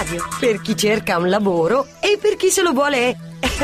Radio, per chi cerca un lavoro e per chi se lo vuole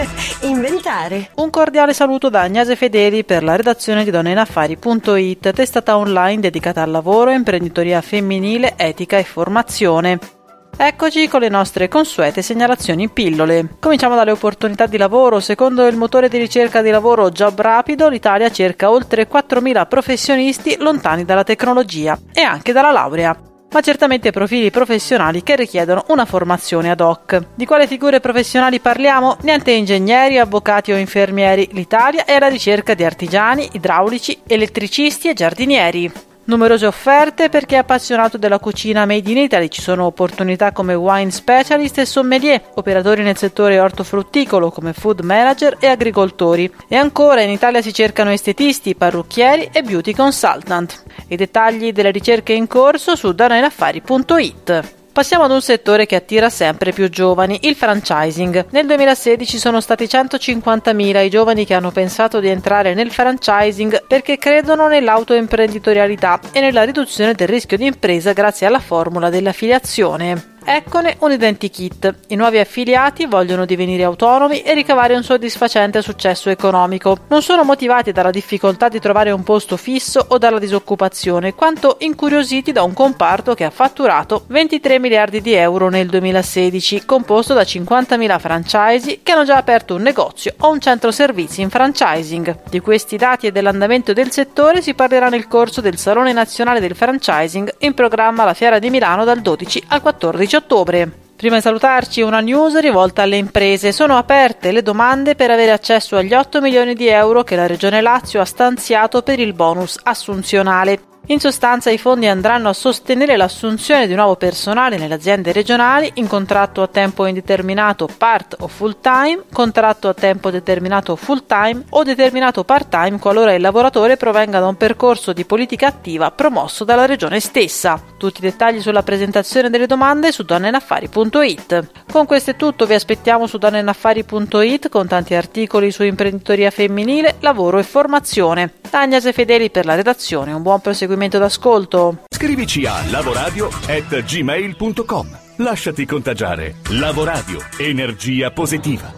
inventare. Un cordiale saluto da Agnese Fedeli per la redazione di donnainaffari.it, testata online dedicata al lavoro, imprenditoria femminile, etica e formazione. Eccoci con le nostre consuete segnalazioni in pillole. Cominciamo dalle opportunità di lavoro. Secondo il motore di ricerca di lavoro Job Rapido, l'Italia cerca oltre 4.000 professionisti lontani dalla tecnologia e anche dalla laurea, ma certamente profili professionali che richiedono una formazione ad hoc. Di quale figure professionali parliamo? Niente ingegneri, avvocati o infermieri. L'Italia è alla ricerca di artigiani, idraulici, elettricisti e giardinieri. Numerose offerte per chi è appassionato della cucina made in Italy. Ci sono opportunità come wine specialist e sommelier, operatori nel settore ortofrutticolo come food manager e agricoltori. E ancora in Italia si cercano estetisti, parrucchieri e beauty consultant. I dettagli delle ricerche in corso su donnainaffari.it. Passiamo ad un settore che attira sempre più giovani, il franchising. Nel 2016 sono stati 150.000 i giovani che hanno pensato di entrare nel franchising perché credono nell'autoimprenditorialità e nella riduzione del rischio di impresa grazie alla formula dell'affiliazione. Eccone un identikit. I nuovi affiliati vogliono divenire autonomi e ricavare un soddisfacente successo economico. Non sono motivati dalla difficoltà di trovare un posto fisso o dalla disoccupazione, quanto incuriositi da un comparto che ha fatturato 23 miliardi di euro nel 2016, composto da 50.000 franchisee che hanno già aperto un negozio o un centro servizi in franchising. Di questi dati e dell'andamento del settore si parlerà nel corso del Salone Nazionale del Franchising, in programma alla Fiera di Milano dal 12 al 14 ottobre. Prima di salutarci, una news rivolta alle imprese. Sono aperte le domande per avere accesso agli 8 milioni di euro che la Regione Lazio ha stanziato per il bonus assunzionale. In sostanza, i fondi andranno a sostenere l'assunzione di nuovo personale nelle aziende regionali in contratto a tempo indeterminato part o full time, contratto a tempo determinato full time o determinato part time qualora il lavoratore provenga da un percorso di politica attiva promosso dalla regione stessa. Tutti i dettagli sulla presentazione delle domande su donnainaffari.it. Con questo è tutto, vi aspettiamo su donnainaffari.it con tanti articoli su imprenditoria femminile, lavoro e formazione. Da Agnese Fedeli per la redazione, un buon proseguimento d'ascolto. Scrivici a lavoradio@gmail.com. Lasciati contagiare. Lavoradio, energia positiva.